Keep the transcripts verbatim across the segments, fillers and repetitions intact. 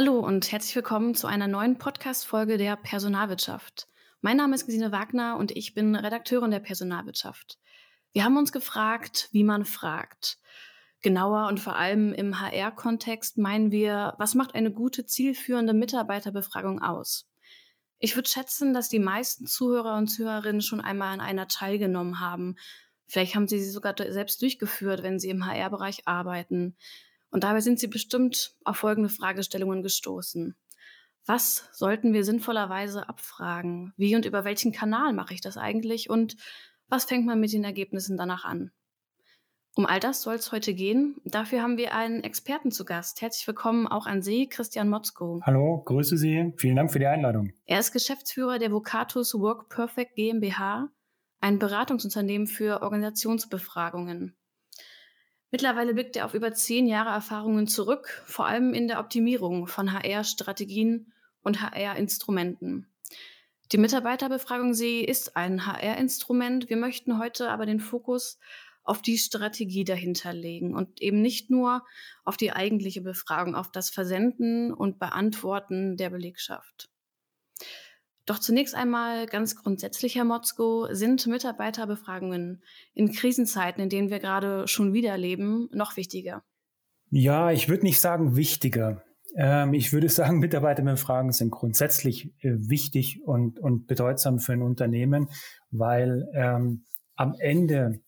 Hallo und herzlich willkommen zu einer neuen Podcast-Folge der Personalwirtschaft. Mein Name ist Gesine Wagner und ich bin Redakteurin der Personalwirtschaft. Wir haben uns gefragt, wie man fragt. Genauer und vor allem im H R-Kontext meinen wir, was macht eine gute, zielführende Mitarbeiterbefragung aus? Ich würde schätzen, dass die meisten Zuhörer und Zuhörerinnen schon einmal an einer teilgenommen haben. Vielleicht haben sie sie sogar selbst durchgeführt, wenn sie im H R-Bereich arbeiten. Und dabei sind Sie bestimmt auf folgende Fragestellungen gestoßen. Was sollten wir sinnvollerweise abfragen? Wie und über welchen Kanal mache ich das eigentlich? Und was fängt man mit den Ergebnissen danach an? Um all das soll es heute gehen. Dafür haben wir einen Experten zu Gast. Herzlich willkommen auch an Sie, Christian Motzko. Hallo, grüße Sie. Vielen Dank für die Einladung. Er ist Geschäftsführer der Vocatus Work Perfect GmbH, ein Beratungsunternehmen für Organisationsbefragungen. Mittlerweile blickt er auf über zehn Jahre Erfahrungen zurück, vor allem in der Optimierung von H R-Strategien und H R-Instrumenten. Die Mitarbeiterbefragung Sie ist ein H R-Instrument. Wir möchten heute aber den Fokus auf die Strategie dahinter legen und eben nicht nur auf die eigentliche Befragung, auf das Versenden und Beantworten der Belegschaft. Doch zunächst einmal ganz grundsätzlich, Herr Motzko, sind Mitarbeiterbefragungen in Krisenzeiten, in denen wir gerade schon wieder leben, noch wichtiger? Ja, ich würde nicht sagen wichtiger. Ähm, ich würde sagen, Mitarbeiterbefragungen sind grundsätzlich äh, wichtig und, und bedeutsam für ein Unternehmen, weil ähm, am Ende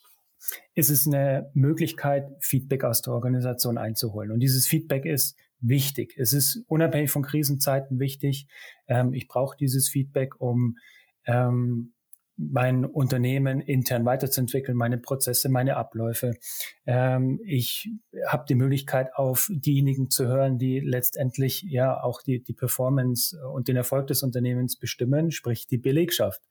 ist es eine Möglichkeit, Feedback aus der Organisation einzuholen. Und dieses Feedback ist wichtig. Es ist unabhängig von Krisenzeiten wichtig. Ähm, ich brauche dieses Feedback, um ähm, mein Unternehmen intern weiterzuentwickeln, meine Prozesse, meine Abläufe. Ähm, ich habe die Möglichkeit, auf diejenigen zu hören, die letztendlich ja auch die, die Performance und den Erfolg des Unternehmens bestimmen, sprich die Belegschaft.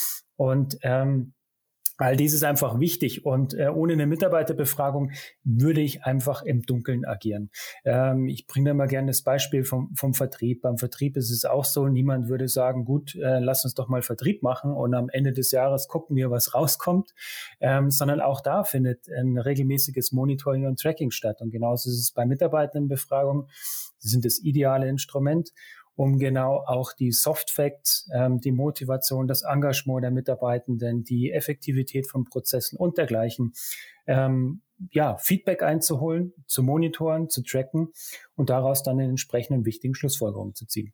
Und ähm, All dies ist einfach wichtig und äh, ohne eine Mitarbeiterbefragung würde ich einfach im Dunkeln agieren. Ähm, ich bringe da mal gerne das Beispiel vom, vom Vertrieb. Beim Vertrieb ist es auch so, niemand würde sagen, gut, äh, lass uns doch mal Vertrieb machen und am Ende des Jahres gucken wir, was rauskommt, ähm, sondern auch da findet ein regelmäßiges Monitoring und Tracking statt. Und genauso ist es bei Mitarbeitendenbefragungen. Sie sind das ideale Instrument, um genau auch die Soft Facts, ähm, die Motivation, das Engagement der Mitarbeitenden, die Effektivität von Prozessen und dergleichen, ähm, ja, Feedback einzuholen, zu monitoren, zu tracken und daraus dann den entsprechenden wichtigen Schlussfolgerungen zu ziehen.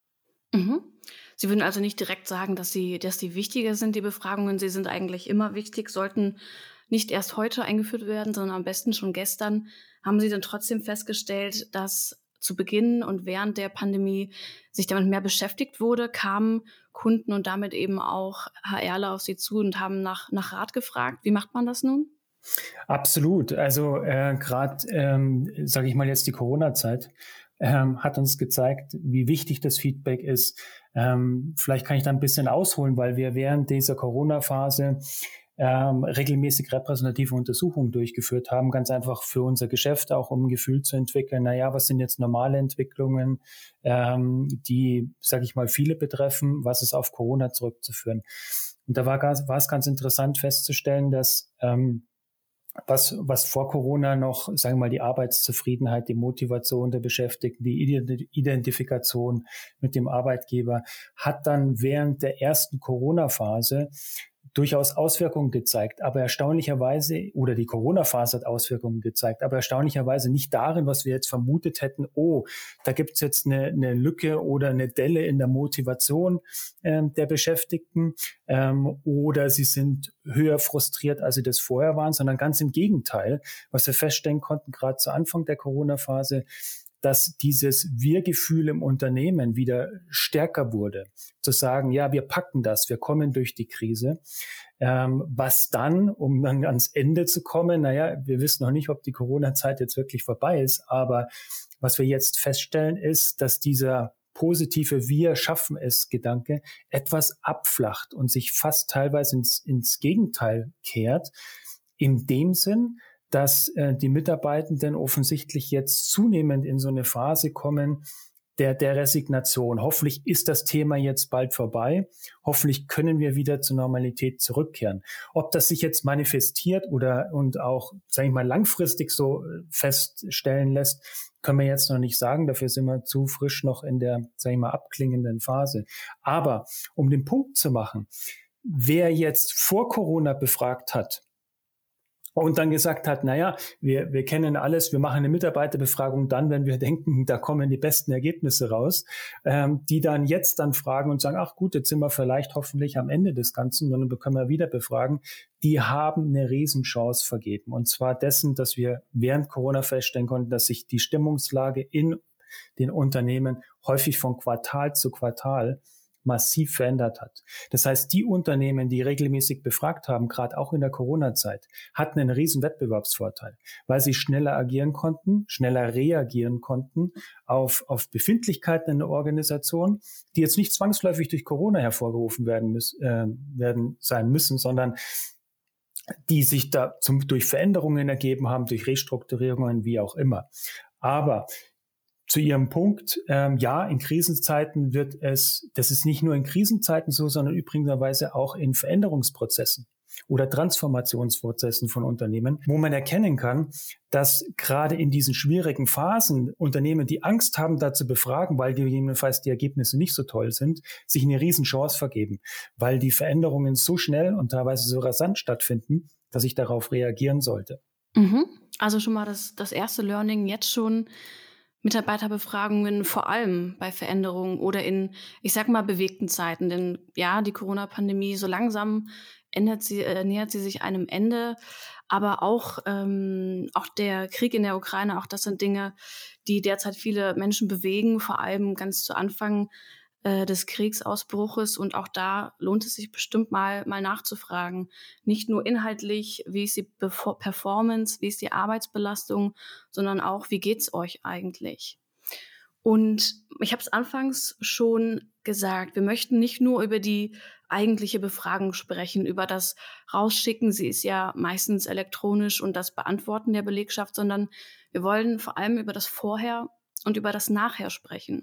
Mhm. Sie würden also nicht direkt sagen, dass sie, dass die wichtiger sind, die Befragungen. Sie sind eigentlich immer wichtig, sollten nicht erst heute eingeführt werden, sondern am besten schon gestern. Haben Sie dann trotzdem festgestellt, dass zu Beginn und während der Pandemie sich damit mehr beschäftigt wurde, kamen Kunden und damit eben auch HRler auf Sie zu und haben nach, nach Rat gefragt? Wie macht man das nun? Absolut. Also äh, gerade, ähm, sage ich mal jetzt die Corona-Zeit, ähm, hat uns gezeigt, wie wichtig das Feedback ist. Ähm, vielleicht kann ich da ein bisschen ausholen, weil wir während dieser Corona-Phase Ähm, regelmäßig repräsentative Untersuchungen durchgeführt haben, ganz einfach für unser Geschäft, auch um ein Gefühl zu entwickeln, naja, was sind jetzt normale Entwicklungen, ähm, die, sage ich mal, viele betreffen, was ist auf Corona zurückzuführen. Und da war, ganz, war es ganz interessant festzustellen, dass ähm, was, was vor Corona noch, sagen wir mal, die Arbeitszufriedenheit, die Motivation der Beschäftigten, die Identifikation mit dem Arbeitgeber, hat dann während der ersten Corona-Phase durchaus Auswirkungen gezeigt, aber erstaunlicherweise, oder die Corona-Phase hat Auswirkungen gezeigt, aber erstaunlicherweise nicht darin, was wir jetzt vermutet hätten, oh, da gibt es jetzt eine, eine Lücke oder eine Delle in der Motivation ähm, der Beschäftigten ähm, oder sie sind höher frustriert, als sie das vorher waren, sondern ganz im Gegenteil, was wir feststellen konnten, gerade zu Anfang der Corona-Phase, dass dieses Wir-Gefühl im Unternehmen wieder stärker wurde. Zu sagen, ja, wir packen das, wir kommen durch die Krise. Ähm, was dann, um dann ans Ende zu kommen, naja, wir wissen noch nicht, ob die Corona-Zeit jetzt wirklich vorbei ist, aber was wir jetzt feststellen ist, dass dieser positive Wir schaffen es Gedanke etwas abflacht und sich fast teilweise ins, ins Gegenteil kehrt. In dem Sinn, dass äh, die Mitarbeitenden offensichtlich jetzt zunehmend in so eine Phase kommen der, der Resignation. Hoffentlich ist das Thema jetzt bald vorbei. Hoffentlich können wir wieder zur Normalität zurückkehren. Ob das sich jetzt manifestiert oder und auch, sage ich mal, langfristig so feststellen lässt, können wir jetzt noch nicht sagen. Dafür sind wir zu frisch noch in der, sag ich mal, abklingenden Phase. Aber um den Punkt zu machen, wer jetzt vor Corona befragt hat und dann gesagt hat, naja, wir, wir kennen alles, wir machen eine Mitarbeiterbefragung dann, wenn wir denken, da kommen die besten Ergebnisse raus, ähm, die dann jetzt dann fragen und sagen, ach gut, jetzt sind wir vielleicht hoffentlich am Ende des Ganzen, und dann können wir wieder befragen, die haben eine Riesenchance vergeben. Und zwar dessen, dass wir während Corona feststellen konnten, dass sich die Stimmungslage in den Unternehmen häufig von Quartal zu Quartal massiv verändert hat. Das heißt, die Unternehmen, die regelmäßig befragt haben, gerade auch in der Corona-Zeit, hatten einen riesen Wettbewerbsvorteil, weil sie schneller agieren konnten, schneller reagieren konnten auf, auf Befindlichkeiten in der Organisation, die jetzt nicht zwangsläufig durch Corona hervorgerufen werden, müssen, äh, werden sein müssen, sondern die sich da zum, durch Veränderungen ergeben haben, durch Restrukturierungen, wie auch immer. Aber zu Ihrem Punkt, ähm, ja, in Krisenzeiten wird es, das ist nicht nur in Krisenzeiten so, sondern übrigenserweise auch in Veränderungsprozessen oder Transformationsprozessen von Unternehmen, wo man erkennen kann, dass gerade in diesen schwierigen Phasen Unternehmen, die Angst haben, da zu befragen, weil gegebenenfalls die Ergebnisse nicht so toll sind, sich eine Riesenchance vergeben, weil die Veränderungen so schnell und teilweise so rasant stattfinden, dass ich darauf reagieren sollte. Mhm. Also schon mal das, das erste Learning jetzt schon, Mitarbeiterbefragungen vor allem bei Veränderungen oder in, ich sag mal, bewegten Zeiten. Denn ja, die Corona-Pandemie, so langsam ändert sie, äh, nähert sie sich einem Ende. Aber auch, ähm, auch der Krieg in der Ukraine, auch das sind Dinge, die derzeit viele Menschen bewegen, vor allem ganz zu Anfang äh, des Kriegsausbruches. Und auch da lohnt es sich bestimmt mal, mal nachzufragen. Nicht nur inhaltlich, wie ist die Befo- Performance, wie ist die Arbeitsbelastung, sondern auch, wie geht's euch eigentlich? Und ich habe es anfangs schon gesagt, wir möchten nicht nur über die eigentliche Befragung sprechen, über das Rausschicken, sie ist ja meistens elektronisch, und das Beantworten der Belegschaft, sondern wir wollen vor allem über das Vorher und über das Nachher sprechen.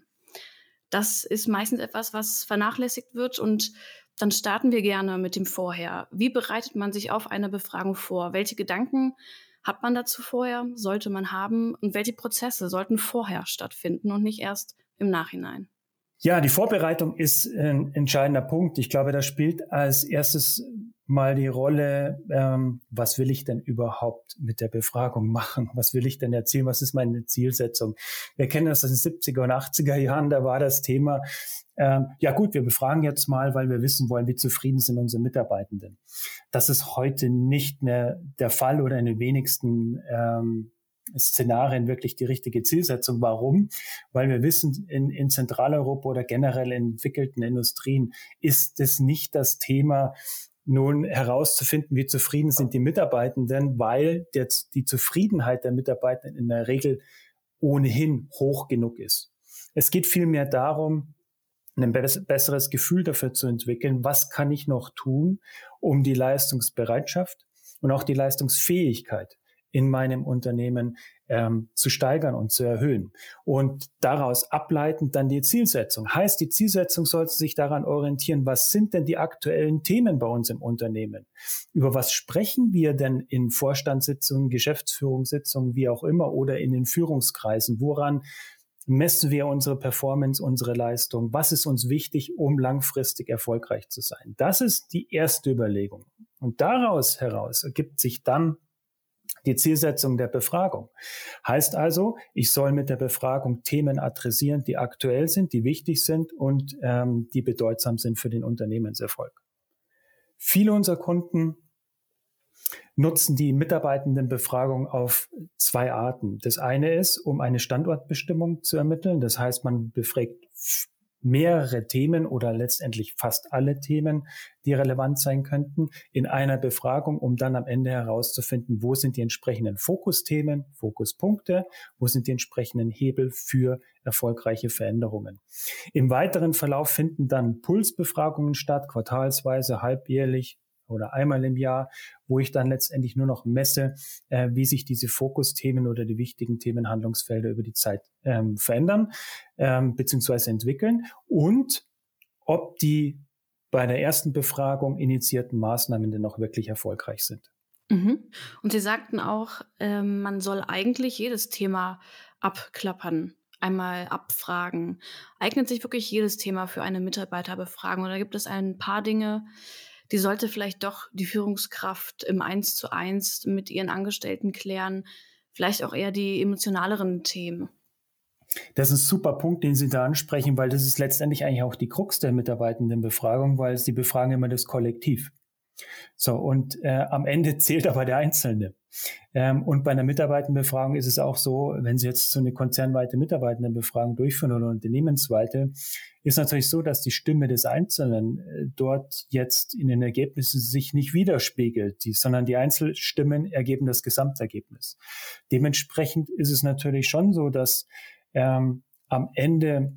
Das ist meistens etwas, was vernachlässigt wird, und dann starten wir gerne mit dem Vorher. Wie bereitet man sich auf eine Befragung vor? Welche Gedanken hat man dazu vorher? Sollte man haben? Und welche Prozesse sollten vorher stattfinden und nicht erst im Nachhinein? Ja, die Vorbereitung ist ein entscheidender Punkt. Ich glaube, da spielt als erstes mal die Rolle, ähm, was will ich denn überhaupt mit der Befragung machen? Was will ich denn erzielen? Was ist meine Zielsetzung? Wir kennen das aus den siebziger und achtziger Jahren, da war das Thema, ähm, ja gut, wir befragen jetzt mal, weil wir wissen wollen, wie zufrieden sind unsere Mitarbeitenden. Das ist heute nicht mehr der Fall oder in den wenigsten ähm, Szenarien wirklich die richtige Zielsetzung. Warum? Weil wir wissen, in, in Zentraleuropa oder generell in entwickelten Industrien ist es nicht das Thema, nun herauszufinden, wie zufrieden sind die Mitarbeitenden, weil jetzt die Zufriedenheit der Mitarbeitenden in der Regel ohnehin hoch genug ist. Es geht vielmehr darum, ein besseres Gefühl dafür zu entwickeln, was kann ich noch tun, um die Leistungsbereitschaft und auch die Leistungsfähigkeit in meinem Unternehmen ähm, zu steigern und zu erhöhen. Und daraus ableitend dann die Zielsetzung. Heißt, die Zielsetzung sollte sich daran orientieren, was sind denn die aktuellen Themen bei uns im Unternehmen? Über was sprechen wir denn in Vorstandssitzungen, Geschäftsführungssitzungen, wie auch immer, oder in den Führungskreisen? Woran messen wir unsere Performance, unsere Leistung? Was ist uns wichtig, um langfristig erfolgreich zu sein? Das ist die erste Überlegung. Und daraus heraus ergibt sich dann die Zielsetzung der Befragung. Heißt also, ich soll mit der Befragung Themen adressieren, die aktuell sind, die wichtig sind und ähm, die bedeutsam sind für den Unternehmenserfolg. Viele unserer Kunden nutzen die Mitarbeitendenbefragung auf zwei Arten. Das eine ist, um eine Standortbestimmung zu ermitteln. Das heißt, man befragt mehrere Themen oder letztendlich fast alle Themen, die relevant sein könnten, in einer Befragung, um dann am Ende herauszufinden, wo sind die entsprechenden Fokusthemen, Fokuspunkte, wo sind die entsprechenden Hebel für erfolgreiche Veränderungen. Im weiteren Verlauf finden dann Pulsbefragungen statt, quartalsweise, halbjährlich oder einmal im Jahr, wo ich dann letztendlich nur noch messe, äh, wie sich diese Fokusthemen oder die wichtigen Themenhandlungsfelder über die Zeit ähm, verändern ähm, bzw. entwickeln und ob die bei der ersten Befragung initiierten Maßnahmen denn auch wirklich erfolgreich sind. Mhm. Und Sie sagten auch, ähm, man soll eigentlich jedes Thema abklappern, einmal abfragen? Eignet sich wirklich jedes Thema für eine Mitarbeiterbefragung oder gibt es ein paar Dinge, die sollte vielleicht doch die Führungskraft im Eins zu eins mit ihren Angestellten klären, vielleicht auch eher die emotionaleren Themen? Das ist ein super Punkt, den Sie da ansprechen, weil das ist letztendlich eigentlich auch die Krux der Mitarbeitendenbefragung, weil Sie befragen immer das Kollektiv. So, und äh, am Ende zählt aber der Einzelne. Ähm, und bei einer Mitarbeitendenbefragung ist es auch so, wenn Sie jetzt so eine konzernweite Mitarbeitendenbefragung durchführen oder unternehmensweite, ist natürlich so, dass die Stimme des Einzelnen äh, dort jetzt in den Ergebnissen sich nicht widerspiegelt, die, sondern die Einzelstimmen ergeben das Gesamtergebnis. Dementsprechend ist es natürlich schon so, dass ähm, am Ende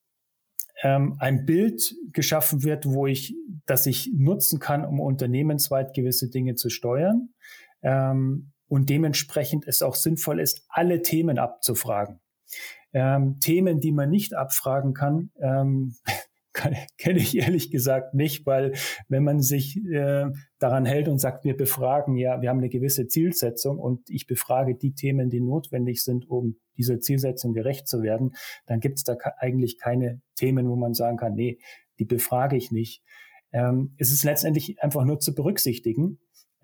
ähm, ein Bild geschaffen wird, wo ich, das ich nutzen kann, um unternehmensweit gewisse Dinge zu steuern. Ähm, und dementsprechend es auch sinnvoll ist, alle Themen abzufragen. Ähm, Themen, die man nicht abfragen kann, ähm, kenne ich ehrlich gesagt nicht, weil wenn man sich äh, daran hält und sagt, wir befragen, ja, wir haben eine gewisse Zielsetzung und ich befrage die Themen, die notwendig sind, um dieser Zielsetzung gerecht zu werden, dann gibt es da ka- eigentlich keine Themen, wo man sagen kann, nee, die befrage ich nicht. Ähm, es ist letztendlich einfach nur zu berücksichtigen.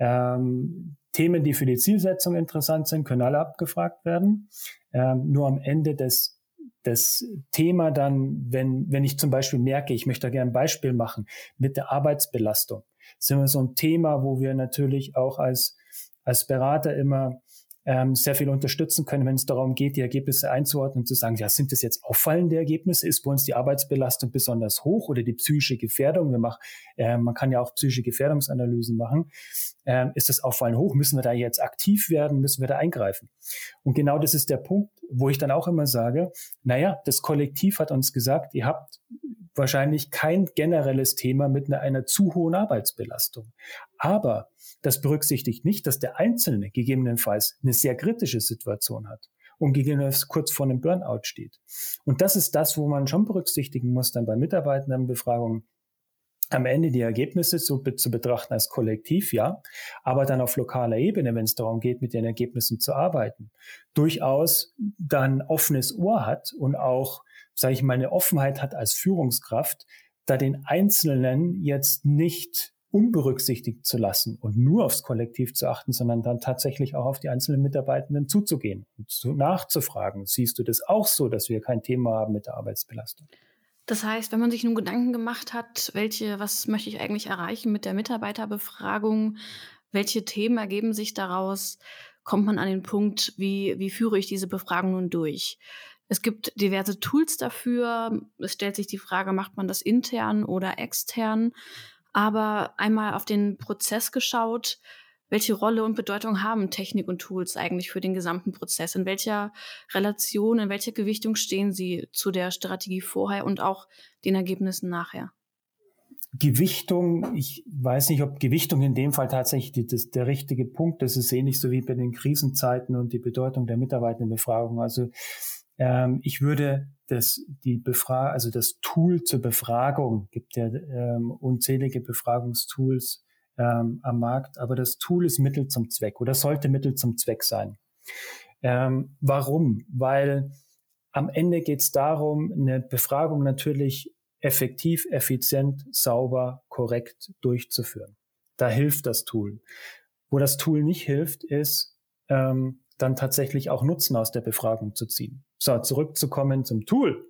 Ähm, Themen, die für die Zielsetzung interessant sind, können alle abgefragt werden. Ähm, nur am Ende des Das Thema dann, wenn, wenn ich zum Beispiel merke, ich möchte da gerne ein Beispiel machen, mit der Arbeitsbelastung, sind wir so ein Thema, wo wir natürlich auch als, als Berater immer ähm, sehr viel unterstützen können, wenn es darum geht, die Ergebnisse einzuordnen und zu sagen, ja, sind das jetzt auffallende Ergebnisse? Ist bei uns die Arbeitsbelastung besonders hoch oder die psychische Gefährdung? Wir machen, äh, man kann ja auch psychische Gefährdungsanalysen machen. Ähm, ist das auffallend hoch? Müssen wir da jetzt aktiv werden? Müssen wir da eingreifen? Und genau das ist der Punkt, wo ich dann auch immer sage, naja, das Kollektiv hat uns gesagt, ihr habt wahrscheinlich kein generelles Thema mit einer, einer zu hohen Arbeitsbelastung. Aber das berücksichtigt nicht, dass der Einzelne gegebenenfalls eine sehr kritische Situation hat und gegebenenfalls kurz vor einem Burnout steht. Und das ist das, wo man schon berücksichtigen muss dann bei Mitarbeitendenbefragungen, am Ende die Ergebnisse so be- zu betrachten als Kollektiv, ja, aber dann auf lokaler Ebene, wenn es darum geht, mit den Ergebnissen zu arbeiten, durchaus dann offenes Ohr hat und auch, sage ich mal, eine Offenheit hat als Führungskraft, da den Einzelnen jetzt nicht unberücksichtigt zu lassen und nur aufs Kollektiv zu achten, sondern dann tatsächlich auch auf die einzelnen Mitarbeitenden zuzugehen und zu, nachzufragen. Siehst du das auch so, dass wir kein Thema haben mit der Arbeitsbelastung? Das heißt, wenn man sich nun Gedanken gemacht hat, welche, was möchte ich eigentlich erreichen mit der Mitarbeiterbefragung, welche Themen ergeben sich daraus, kommt man an den Punkt, wie, wie führe ich diese Befragung nun durch? Es gibt diverse Tools dafür. Es stellt sich die Frage, macht man das intern oder extern? Aber einmal auf den Prozess geschaut, welche Rolle und Bedeutung haben Technik und Tools eigentlich für den gesamten Prozess? In welcher Relation, in welcher Gewichtung stehen sie zu der Strategie vorher und auch den Ergebnissen nachher? Gewichtung, ich weiß nicht, ob Gewichtung in dem Fall tatsächlich die, das, der richtige Punkt ist. Es ist ähnlich so wie bei den Krisenzeiten und die Bedeutung der Mitarbeitendenbefragung. Also ähm, ich würde das, die Befra- also das Tool zur Befragung, gibt ja ähm, unzählige Befragungstools ähm, am Markt, aber das Tool ist Mittel zum Zweck oder sollte Mittel zum Zweck sein. Ähm, warum? Weil am Ende geht es darum, eine Befragung natürlich effektiv, effizient, sauber, korrekt durchzuführen. Da hilft das Tool. Wo das Tool nicht hilft, ist ähm, dann tatsächlich auch Nutzen aus der Befragung zu ziehen. So, zurückzukommen zum Tool.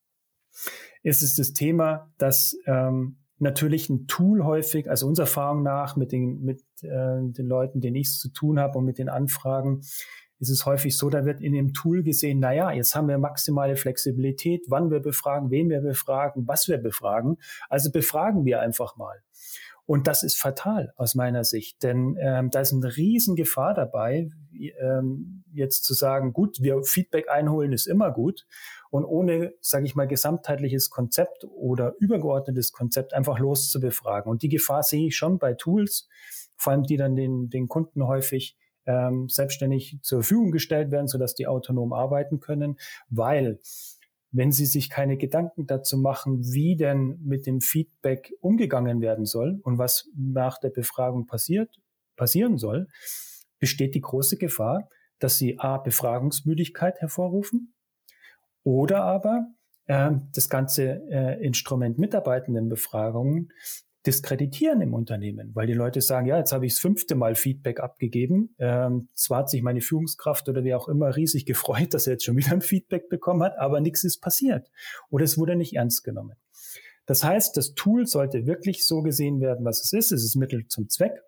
Ist es das Thema, dass ähm, natürlich ein Tool häufig, also unserer Erfahrung nach mit den, mit, äh, den Leuten, denen ich es zu tun habe und mit den Anfragen, ist es häufig so, da wird in dem Tool gesehen, naja, jetzt haben wir maximale Flexibilität, wann wir befragen, wen wir befragen, was wir befragen. Also befragen wir einfach mal. Und das ist fatal aus meiner Sicht, denn ähm, da ist eine Riesengefahr dabei, ähm, jetzt zu sagen, gut, wir Feedback einholen ist immer gut und ohne, sage ich mal, gesamtheitliches Konzept oder übergeordnetes Konzept einfach loszubefragen. Und die Gefahr sehe ich schon bei Tools, vor allem die dann den, den Kunden häufig ähm, selbstständig zur Verfügung gestellt werden, sodass die autonom arbeiten können, weil wenn Sie sich keine Gedanken dazu machen, wie denn mit dem Feedback umgegangen werden soll und was nach der Befragung passiert, passieren soll, besteht die große Gefahr, dass sie A, Befragungsmüdigkeit hervorrufen oder aber äh, das ganze äh, Instrument Mitarbeitendenbefragungen diskreditieren im Unternehmen, weil die Leute sagen, ja, jetzt habe ich das fünfte Mal Feedback abgegeben. Ähm, zwar hat sich meine Führungskraft oder wer auch immer riesig gefreut, dass er jetzt schon wieder ein Feedback bekommen hat, aber nichts ist passiert oder es wurde nicht ernst genommen. Das heißt, das Tool sollte wirklich so gesehen werden, was es ist. Es ist Mittel zum Zweck.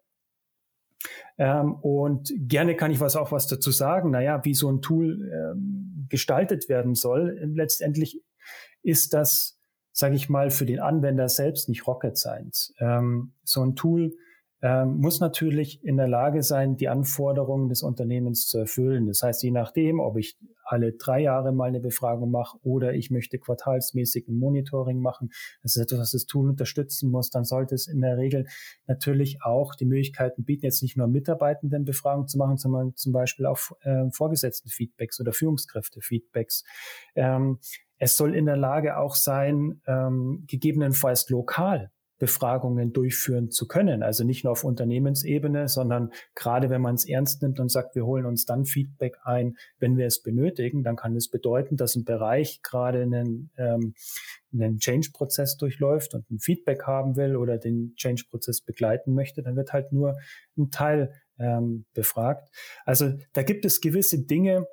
Ähm, und gerne kann ich was auch was dazu sagen. Naja, wie so ein Tool ähm, gestaltet werden soll. Letztendlich ist das, sage ich mal, für den Anwender selbst nicht Rocket Science. Ähm, so ein Tool ähm, muss natürlich in der Lage sein, die Anforderungen des Unternehmens zu erfüllen. Das heißt, je nachdem, ob ich alle drei Jahre mal eine Befragung mache oder ich möchte quartalsmäßig ein Monitoring machen, das ist etwas, was das Tool unterstützen muss, dann sollte es in der Regel natürlich auch die Möglichkeiten bieten, jetzt nicht nur Mitarbeitendenbefragungen zu machen, sondern zum Beispiel auch äh, Vorgesetzten-Feedbacks oder Führungskräfte-Feedbacks. Ähm, Es soll in der Lage auch sein, ähm, gegebenenfalls lokal Befragungen durchführen zu können. Also nicht nur auf Unternehmensebene, sondern gerade wenn man es ernst nimmt und sagt, wir holen uns dann Feedback ein, wenn wir es benötigen, dann kann es bedeuten, dass ein Bereich gerade einen, ähm, einen Change-Prozess durchläuft und ein Feedback haben will oder den Change-Prozess begleiten möchte, dann wird halt nur ein Teil ähm, befragt. Also da gibt es gewisse Dinge,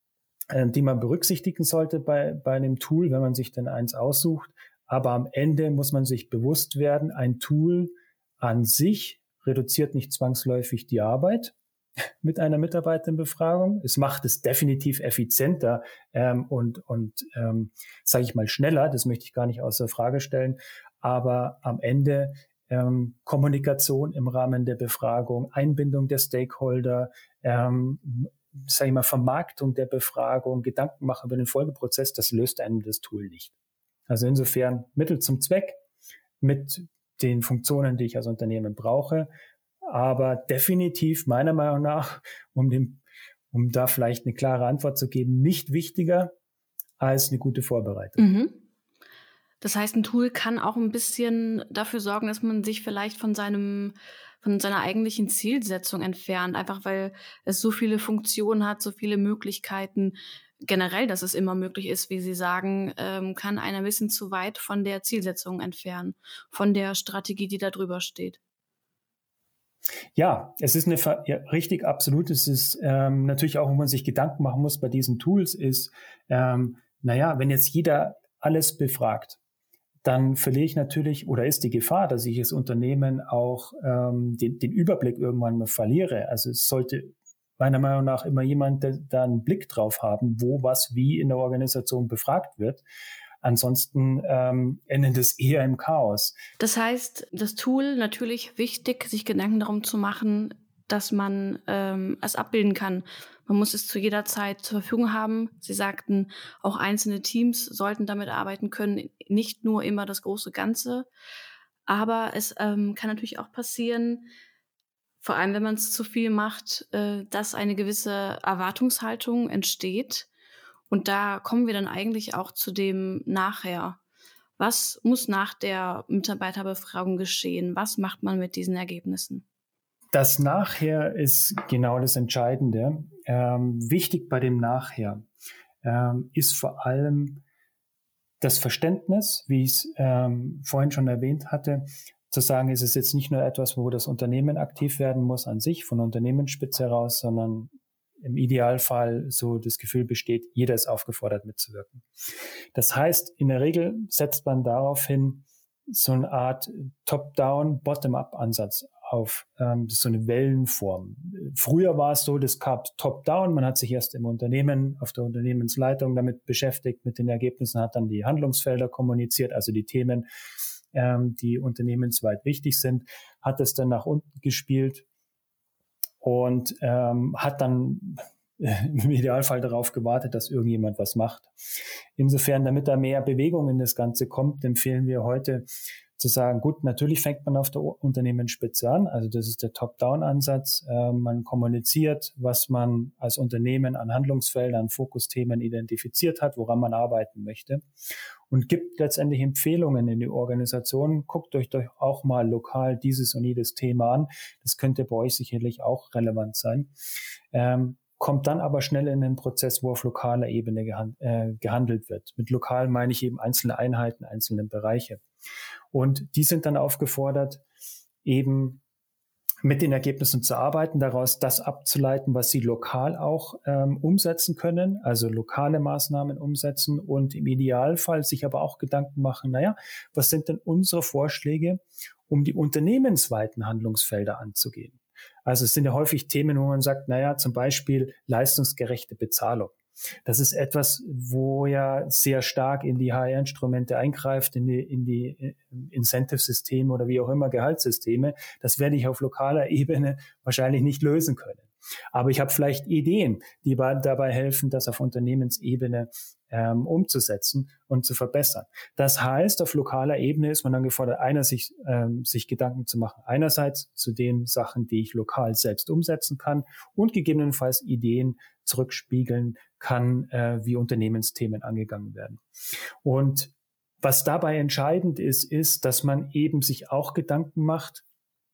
die man berücksichtigen sollte bei, bei einem Tool, wenn man sich denn eins aussucht. Aber am Ende muss man sich bewusst werden, ein Tool an sich reduziert nicht zwangsläufig die Arbeit mit einer Mitarbeiterbefragung. Es macht es definitiv effizienter ähm, und, und ähm, sage ich mal, schneller. Das möchte ich gar nicht außer Frage stellen. Aber am Ende ähm, Kommunikation im Rahmen der Befragung, Einbindung der Stakeholder, ähm, sage ich mal, Vermarktung der Befragung, Gedanken machen über den Folgeprozess, das löst einem das Tool nicht. Also insofern Mittel zum Zweck mit den Funktionen, die ich als Unternehmen brauche, aber definitiv meiner Meinung nach, um, dem, um da vielleicht eine klare Antwort zu geben, nicht wichtiger als eine gute Vorbereitung. Mhm. Das heißt, ein Tool kann auch ein bisschen dafür sorgen, dass man sich vielleicht von seinem von seiner eigentlichen Zielsetzung entfernt, einfach weil es so viele Funktionen hat, so viele Möglichkeiten. Generell, dass es immer möglich ist, wie Sie sagen, ähm, kann einer ein bisschen zu weit von der Zielsetzung entfernen, von der Strategie, die da drüber steht. Ja, es ist eine Ver- ja, richtig absolut. Es ist ähm, natürlich auch, wo man sich Gedanken machen muss bei diesen Tools, ist, ähm, naja, wenn jetzt jeder alles befragt, dann verliere ich natürlich oder ist die Gefahr, dass ich als Unternehmen auch ähm, den, den Überblick irgendwann mal verliere. Also es sollte meiner Meinung nach immer jemand, der da einen Blick drauf haben, wo was wie in der Organisation befragt wird. Ansonsten ähm, endet es eher im Chaos. Das heißt, das Tool natürlich wichtig, sich Gedanken darum zu machen, dass man ähm, es abbilden kann. Man muss es zu jeder Zeit zur Verfügung haben. Sie sagten, auch einzelne Teams sollten damit arbeiten können, nicht nur immer das große Ganze. Aber es ähm, kann natürlich auch passieren, vor allem wenn man es zu viel macht, äh, dass eine gewisse Erwartungshaltung entsteht. Und da kommen wir dann eigentlich auch zu dem Nachher. Was muss nach der Mitarbeiterbefragung geschehen? Was macht man mit diesen Ergebnissen? Das Nachher ist genau das Entscheidende. Ähm, wichtig bei dem Nachher ähm, ist vor allem das Verständnis, wie ich es ähm, vorhin schon erwähnt hatte, zu sagen, es ist jetzt nicht nur etwas, wo das Unternehmen aktiv werden muss an sich, von der Unternehmensspitze heraus, sondern im Idealfall so das Gefühl besteht, jeder ist aufgefordert mitzuwirken. Das heißt, in der Regel setzt man darauf hin, so eine Art Top-Down, Bottom-up-Ansatz auf. Ähm, das ist so eine Wellenform. Früher war es so, das gab Top-Down. Man hat sich erst im Unternehmen, auf der Unternehmensleitung damit beschäftigt, mit den Ergebnissen, hat dann die Handlungsfelder kommuniziert, also die Themen, ähm, die unternehmensweit wichtig sind, hat es dann nach unten gespielt und ähm, hat dann im Idealfall darauf gewartet, dass irgendjemand was macht. Insofern, damit da mehr Bewegung in das Ganze kommt, empfehlen wir heute zu sagen, gut, natürlich fängt man auf der Unternehmensspitze an, also das ist der Top-Down-Ansatz. Äh, man kommuniziert, was man als Unternehmen an Handlungsfeldern, Fokusthemen identifiziert hat, woran man arbeiten möchte und gibt letztendlich Empfehlungen in die Organisation. Guckt euch doch auch mal lokal dieses und jedes Thema an. Das könnte bei euch sicherlich auch relevant sein. Ähm, kommt dann aber schnell in den Prozess, wo auf lokaler Ebene gehand, äh, gehandelt wird. Mit lokal meine ich eben einzelne Einheiten, einzelne Bereiche. Und die sind dann aufgefordert, eben mit den Ergebnissen zu arbeiten, daraus das abzuleiten, was sie lokal auch ähm, umsetzen können, also lokale Maßnahmen umsetzen und im Idealfall sich aber auch Gedanken machen, naja, was sind denn unsere Vorschläge, um die unternehmensweiten Handlungsfelder anzugehen? Also es sind ja häufig Themen, wo man sagt, naja, zum Beispiel leistungsgerechte Bezahlung. Das ist etwas, wo ja sehr stark in die H R-Instrumente eingreift, in die, in die Incentive-Systeme oder wie auch immer Gehaltssysteme. Das werde ich auf lokaler Ebene wahrscheinlich nicht lösen können. Aber ich habe vielleicht Ideen, die dabei helfen, das auf Unternehmensebene ähm, umzusetzen und zu verbessern. Das heißt, auf lokaler Ebene ist man dann gefordert, einer sich, ähm, sich Gedanken zu machen. Einerseits zu den Sachen, die ich lokal selbst umsetzen kann und gegebenenfalls Ideen zurückspiegeln kann, äh, wie Unternehmensthemen angegangen werden. Und was dabei entscheidend ist, ist, dass man eben sich auch Gedanken macht,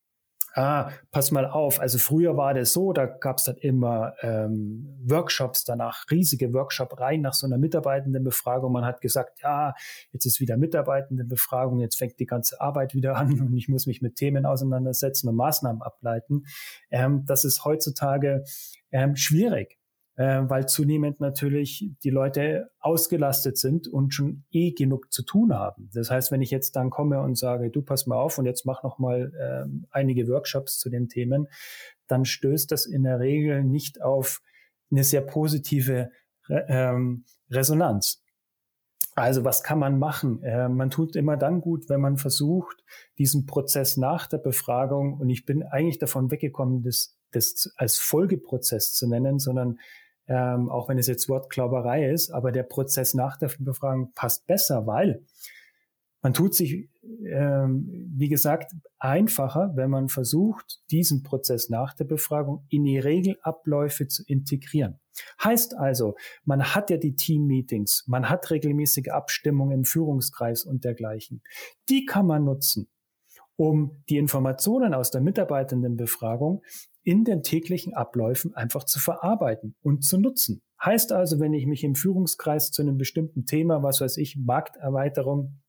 ah, pass mal auf, also früher war das so, da gab es dann immer ähm, Workshops danach, riesige Workshop-Reihen nach so einer Mitarbeitendenbefragung. Man hat gesagt, ja, jetzt ist wieder Mitarbeitendenbefragung, jetzt fängt die ganze Arbeit wieder an und ich muss mich mit Themen auseinandersetzen und Maßnahmen ableiten. Ähm, das ist heutzutage ähm, schwierig, äh, weil zunehmend natürlich die Leute ausgelastet sind und schon eh genug zu tun haben. Das heißt, wenn ich jetzt dann komme und sage, du pass mal auf und jetzt mach noch mal ähm, einige Workshops zu den Themen, dann stößt das in der Regel nicht auf eine sehr positive Re- ähm, Resonanz. Also was kann man machen? Äh, man tut immer dann gut, wenn man versucht, diesen Prozess nach der Befragung, und ich bin eigentlich davon weggekommen, das, das als Folgeprozess zu nennen, sondern Ähm, auch wenn es jetzt Wortklauberei ist, aber der Prozess nach der Befragung passt besser, weil man tut sich, ähm, wie gesagt, einfacher, wenn man versucht, diesen Prozess nach der Befragung in die Regelabläufe zu integrieren. Heißt also, man hat ja die Team-Meetings, man hat regelmäßige Abstimmungen im Führungskreis und dergleichen. Die kann man nutzen, um die Informationen aus der Mitarbeitendenbefragung in den täglichen Abläufen einfach zu verarbeiten und zu nutzen. Heißt also, wenn ich mich im Führungskreis zu einem bestimmten Thema, was weiß ich, Markterweiterung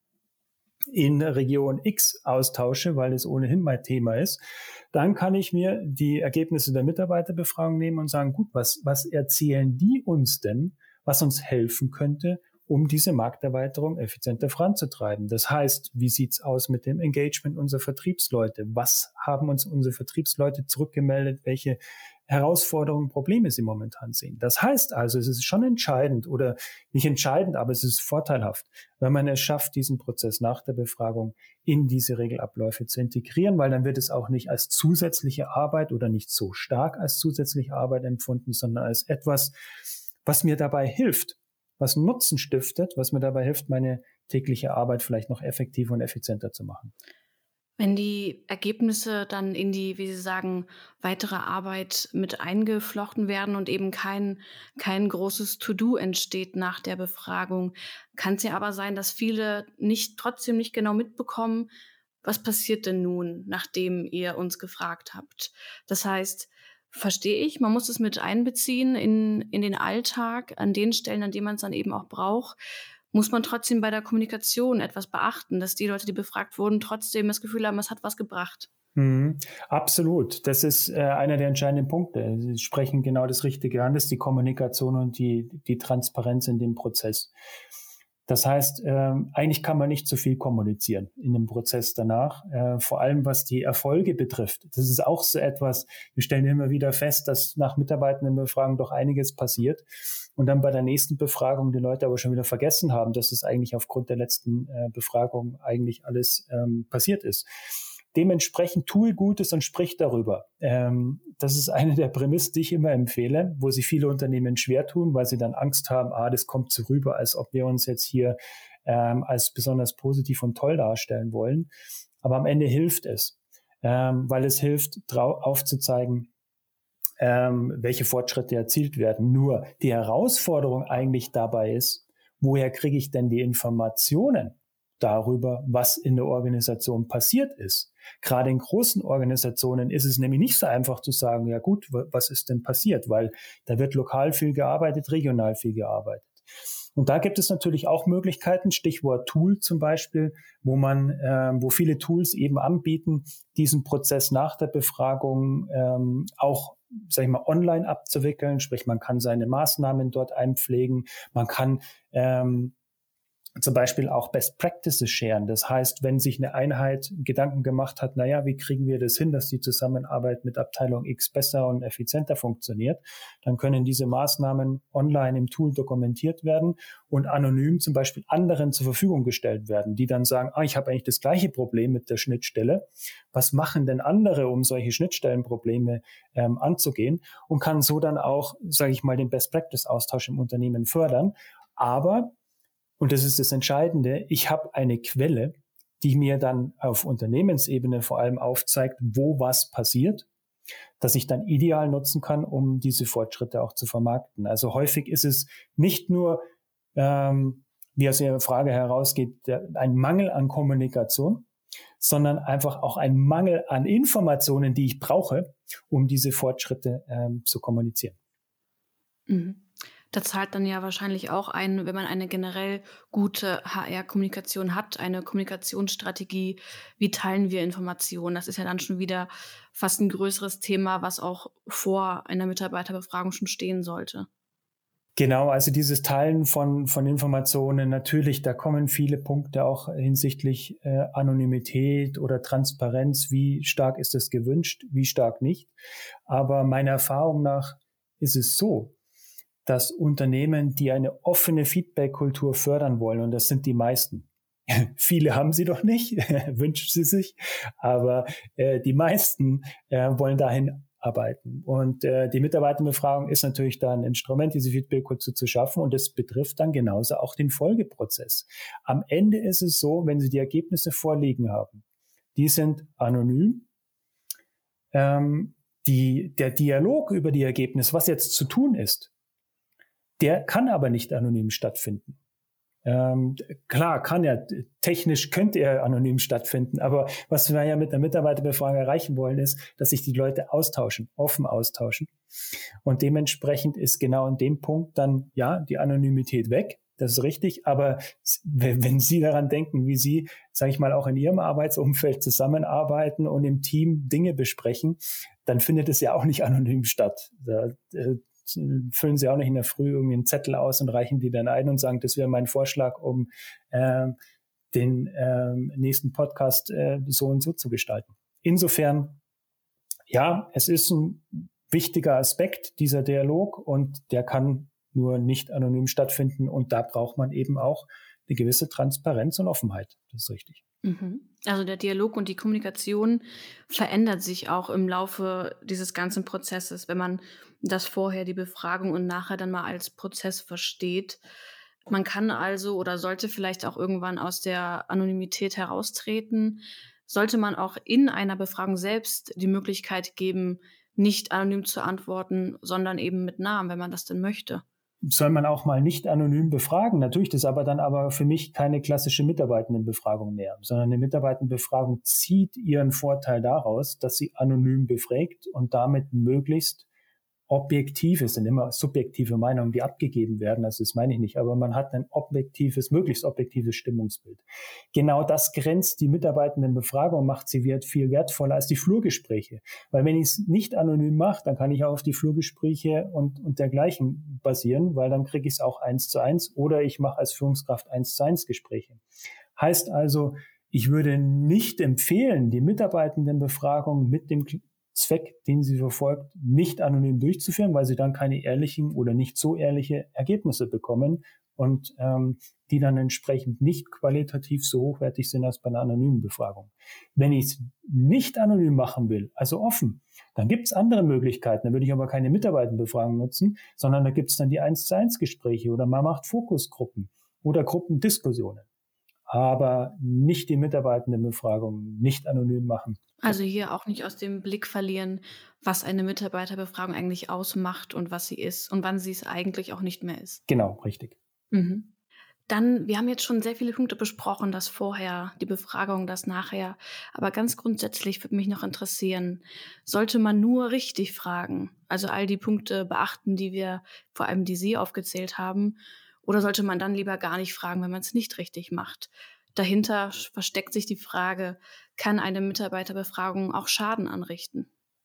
in Region X austausche, weil es ohnehin mein Thema ist, dann kann ich mir die Ergebnisse der Mitarbeiterbefragung nehmen und sagen, gut, was, was erzählen die uns denn, was uns helfen könnte, um diese Markterweiterung effizienter voranzutreiben. Das heißt, wie sieht's aus mit dem Engagement unserer Vertriebsleute? Was haben uns unsere Vertriebsleute zurückgemeldet? Welche Herausforderungen, Probleme sie momentan sehen? Das heißt also, es ist schon entscheidend oder nicht entscheidend, aber es ist vorteilhaft, wenn man es schafft, diesen Prozess nach der Befragung in diese Regelabläufe zu integrieren, weil dann wird es auch nicht als zusätzliche Arbeit oder nicht so stark als zusätzliche Arbeit empfunden, sondern als etwas, was mir dabei hilft, was Nutzen stiftet, was mir dabei hilft, meine tägliche Arbeit vielleicht noch effektiver und effizienter zu machen. Wenn die Ergebnisse dann in die, wie Sie sagen, weitere Arbeit mit eingeflochten werden und eben kein, kein großes To-Do entsteht nach der Befragung, kann es ja aber sein, dass viele nicht, trotzdem nicht genau mitbekommen, was passiert denn nun, nachdem ihr uns gefragt habt. Das heißt, verstehe ich, man muss es mit einbeziehen in, in den Alltag, an den Stellen, an denen man es dann eben auch braucht. Muss man trotzdem bei der Kommunikation etwas beachten, dass die Leute, die befragt wurden, trotzdem das Gefühl haben, es hat was gebracht. Mhm, absolut. Das ist äh, einer der entscheidenden Punkte. Sie sprechen genau das Richtige an, das ist die Kommunikation und die, die Transparenz in dem Prozess. Das heißt, äh, eigentlich kann man nicht so viel kommunizieren in dem Prozess danach, äh, vor allem was die Erfolge betrifft. Das ist auch so etwas, wir stellen immer wieder fest, dass nach Mitarbeitendenbefragung doch einiges passiert und dann bei der nächsten Befragung die Leute aber schon wieder vergessen haben, dass es eigentlich aufgrund der letzten äh, Befragung eigentlich alles ähm, passiert ist. Dementsprechend tue Gutes und sprich darüber. Ähm, das ist eine der Prämissen, die ich immer empfehle, wo sich viele Unternehmen schwer tun, weil sie dann Angst haben, ah, das kommt so rüber, als ob wir uns jetzt hier ähm, als besonders positiv und toll darstellen wollen. Aber am Ende hilft es, ähm, weil es hilft, trau- aufzuzeigen, ähm, welche Fortschritte erzielt werden. Nur die Herausforderung eigentlich dabei ist, woher kriege ich denn die Informationen? darüber, was in der Organisation passiert ist. Gerade in großen Organisationen ist es nämlich nicht so einfach zu sagen, ja gut, was ist denn passiert? Weil da wird lokal viel gearbeitet, regional viel gearbeitet. Und da gibt es natürlich auch Möglichkeiten, Stichwort Tool zum Beispiel, wo man, äh, wo viele Tools eben anbieten, diesen Prozess nach der Befragung ähm, auch, sag ich mal, online abzuwickeln. Sprich, man kann seine Maßnahmen dort einpflegen, man kann ähm, zum Beispiel auch Best Practices sharen. Das heißt, wenn sich eine Einheit Gedanken gemacht hat, naja, wie kriegen wir das hin, dass die Zusammenarbeit mit Abteilung X besser und effizienter funktioniert, dann können diese Maßnahmen online im Tool dokumentiert werden und anonym zum Beispiel anderen zur Verfügung gestellt werden, die dann sagen, ah, ich habe eigentlich das gleiche Problem mit der Schnittstelle. Was machen denn andere, um solche Schnittstellenprobleme ähm, anzugehen? Und kann so dann auch, sage ich mal, den Best Practice Austausch im Unternehmen fördern. Aber und das ist das Entscheidende, ich habe eine Quelle, die mir dann auf Unternehmensebene vor allem aufzeigt, wo was passiert, dass ich dann ideal nutzen kann, um diese Fortschritte auch zu vermarkten. Also häufig ist es nicht nur, ähm, wie aus Ihrer Frage herausgeht, der, ein Mangel an Kommunikation, sondern einfach auch ein Mangel an Informationen, die ich brauche, um diese Fortschritte ähm, zu kommunizieren. Mhm. Da zahlt dann ja wahrscheinlich auch ein, wenn man eine generell gute H R-Kommunikation hat, eine Kommunikationsstrategie, wie teilen wir Informationen? Das ist ja dann schon wieder fast ein größeres Thema, was auch vor einer Mitarbeiterbefragung schon stehen sollte. Genau, also dieses Teilen von, von Informationen, natürlich, da kommen viele Punkte auch hinsichtlich äh, Anonymität oder Transparenz. Wie stark ist es gewünscht, wie stark nicht? Aber meiner Erfahrung nach ist es so, dass Unternehmen, die eine offene Feedback-Kultur fördern wollen, und das sind die meisten. Viele haben sie doch nicht, wünschen sie sich, aber äh, die meisten äh, wollen dahin arbeiten. Und äh, die Mitarbeiterbefragung ist natürlich da ein Instrument, diese Feedback-Kultur zu schaffen, und das betrifft dann genauso auch den Folgeprozess. Am Ende ist es so, wenn Sie die Ergebnisse vorliegen haben, die sind anonym. Ähm, die, der Dialog über die Ergebnisse, was jetzt zu tun ist, der kann aber nicht anonym stattfinden. Ähm, klar, kann er, technisch könnte er anonym stattfinden, aber was wir ja mit der Mitarbeiterbefragung erreichen wollen, ist, dass sich die Leute austauschen, offen austauschen. Und dementsprechend ist genau an dem Punkt dann, ja, die Anonymität weg. Das ist richtig, aber wenn Sie daran denken, wie Sie, sage ich mal, auch in Ihrem Arbeitsumfeld zusammenarbeiten und im Team Dinge besprechen, dann findet es ja auch nicht anonym statt. Da, äh, füllen Sie auch nicht in der Früh irgendwie einen Zettel aus und reichen die dann ein und sagen, das wäre mein Vorschlag, um äh, den äh, nächsten Podcast äh, so und so zu gestalten. Insofern, ja, es ist ein wichtiger Aspekt, dieser Dialog, und der kann nur nicht anonym stattfinden, und da braucht man eben auch eine gewisse Transparenz und Offenheit. Das ist richtig. Mhm. Also der Dialog und die Kommunikation verändert sich auch im Laufe dieses ganzen Prozesses, wenn man das vorher, die Befragung, und nachher dann mal als Prozess versteht. Man kann also oder sollte vielleicht auch irgendwann aus der Anonymität heraustreten. Sollte man auch in einer Befragung selbst die Möglichkeit geben, nicht anonym zu antworten, sondern eben mit Namen, wenn man das denn möchte. Soll man auch mal nicht anonym befragen. Natürlich, das ist aber dann aber für mich keine klassische Mitarbeitendenbefragung mehr, sondern eine Mitarbeitendenbefragung zieht ihren Vorteil daraus, dass sie anonym befragt und damit möglichst objektiv, es sind immer subjektive Meinungen, die abgegeben werden, also das meine ich nicht, aber man hat ein objektives, möglichst objektives Stimmungsbild. Genau das grenzt die Mitarbeitendenbefragung, macht sie viel wertvoller als die Flurgespräche. Weil wenn ich es nicht anonym mache, dann kann ich auch auf die Flurgespräche und, und dergleichen basieren, weil dann kriege ich es auch eins zu eins, oder ich mache als Führungskraft eins zu eins Gespräche. Heißt also, ich würde nicht empfehlen, die Mitarbeitendenbefragung mit dem Zweck, den sie verfolgt, nicht anonym durchzuführen, weil sie dann keine ehrlichen oder nicht so ehrliche Ergebnisse bekommen und ähm, die dann entsprechend nicht qualitativ so hochwertig sind als bei einer anonymen Befragung. Wenn ich es nicht anonym machen will, also offen, dann gibt es andere Möglichkeiten. Da würde ich aber keine Mitarbeitendenbefragung nutzen, sondern da gibt es dann die eins zu eins Gespräche oder man macht Fokusgruppen oder Gruppendiskussionen. Aber nicht die Mitarbeitendenbefragung, nicht anonym machen. Also hier auch nicht aus dem Blick verlieren, was eine Mitarbeiterbefragung eigentlich ausmacht und was sie ist und wann sie es eigentlich auch nicht mehr ist. Genau, richtig. Mhm. Dann, wir haben jetzt schon sehr viele Punkte besprochen, das Vorher, die Befragung, das Nachher. Aber ganz grundsätzlich würde mich noch interessieren, sollte man nur richtig fragen, also all die Punkte beachten, die wir, vor allem die Sie aufgezählt haben, oder sollte man dann lieber gar nicht fragen, wenn man es nicht richtig macht? Dahinter versteckt sich die Frage, kann eine Mitarbeiterbefragung auch Schaden anrichten?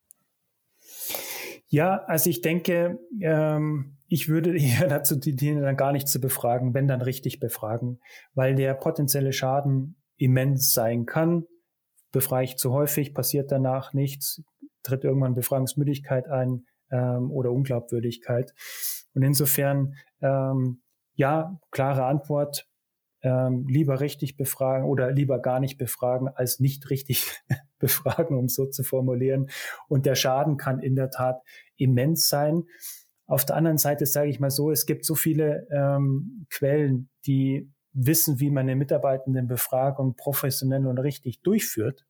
Ja, also ich denke, ähm, ich würde eher dazu tendieren, dann gar nicht zu befragen, wenn dann richtig befragen, weil der potenzielle Schaden immens sein kann. Befrage ich zu häufig, passiert danach nichts, tritt irgendwann Befragungsmüdigkeit ein ähm, oder Unglaubwürdigkeit. Und insofern, ähm, ja, klare Antwort, ähm, lieber richtig befragen oder lieber gar nicht befragen, als nicht richtig befragen, um es so zu formulieren. Und der Schaden kann in der Tat immens sein. Auf der anderen Seite sage ich mal so, es gibt so viele ähm, Quellen, die wissen, wie man eine Mitarbeitendenbefragung professionell und richtig durchführt.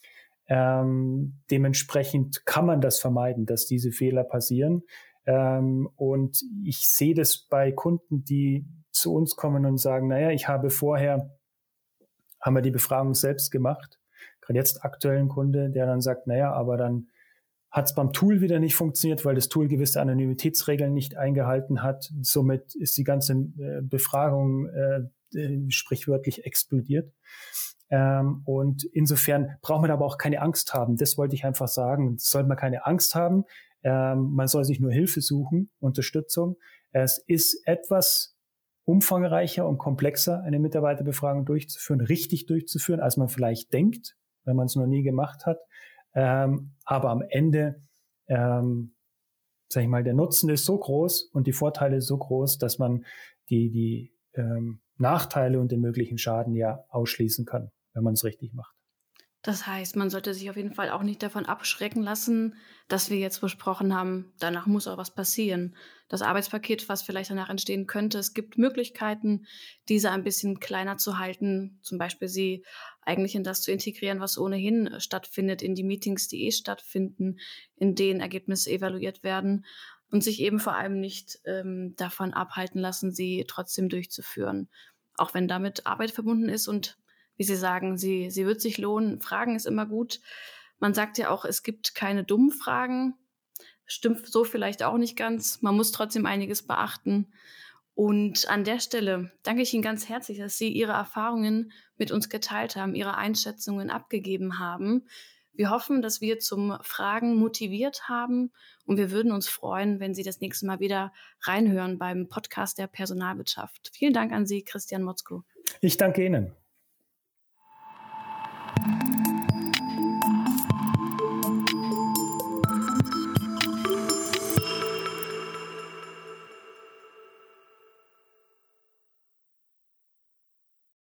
Ähm, dementsprechend kann man das vermeiden, dass diese Fehler passieren. Ähm, und ich sehe das bei Kunden, die zu uns kommen und sagen, naja, ich habe vorher, haben wir die Befragung selbst gemacht. Gerade jetzt aktuell ein Kunde, der dann sagt, naja, aber dann hat es beim Tool wieder nicht funktioniert, weil das Tool gewisse Anonymitätsregeln nicht eingehalten hat. Somit ist die ganze äh, Befragung äh, äh, sprichwörtlich explodiert. Ähm, und insofern braucht man aber auch keine Angst haben. Das wollte ich einfach sagen. Sollte man keine Angst haben. Ähm, man soll sich nur Hilfe suchen, Unterstützung. Es ist etwas umfangreicher und komplexer, eine Mitarbeiterbefragung durchzuführen, richtig durchzuführen, als man vielleicht denkt, wenn man es noch nie gemacht hat. Ähm, aber am Ende, ähm, sag ich mal, der Nutzen ist so groß und die Vorteile so groß, dass man die, die ähm, Nachteile und den möglichen Schaden ja ausschließen kann, wenn man es richtig macht. Das heißt, man sollte sich auf jeden Fall auch nicht davon abschrecken lassen, dass wir jetzt besprochen haben, danach muss auch was passieren. Das Arbeitspaket, was vielleicht danach entstehen könnte, es gibt Möglichkeiten, diese ein bisschen kleiner zu halten, zum Beispiel sie eigentlich in das zu integrieren, was ohnehin stattfindet, in die Meetings, die eh stattfinden, in denen Ergebnisse evaluiert werden und sich eben vor allem nicht ähm, davon abhalten lassen, sie trotzdem durchzuführen. Auch wenn damit Arbeit verbunden ist und wie Sie sagen, sie, sie wird sich lohnen. Fragen ist immer gut. Man sagt ja auch, es gibt keine dummen Fragen. Stimmt so vielleicht auch nicht ganz. Man muss trotzdem einiges beachten. Und an der Stelle danke ich Ihnen ganz herzlich, dass Sie Ihre Erfahrungen mit uns geteilt haben, Ihre Einschätzungen abgegeben haben. Wir hoffen, dass wir zum Fragen motiviert haben und wir würden uns freuen, wenn Sie das nächste Mal wieder reinhören beim Podcast der Personalwirtschaft. Vielen Dank an Sie, Christian Motzko. Ich danke Ihnen.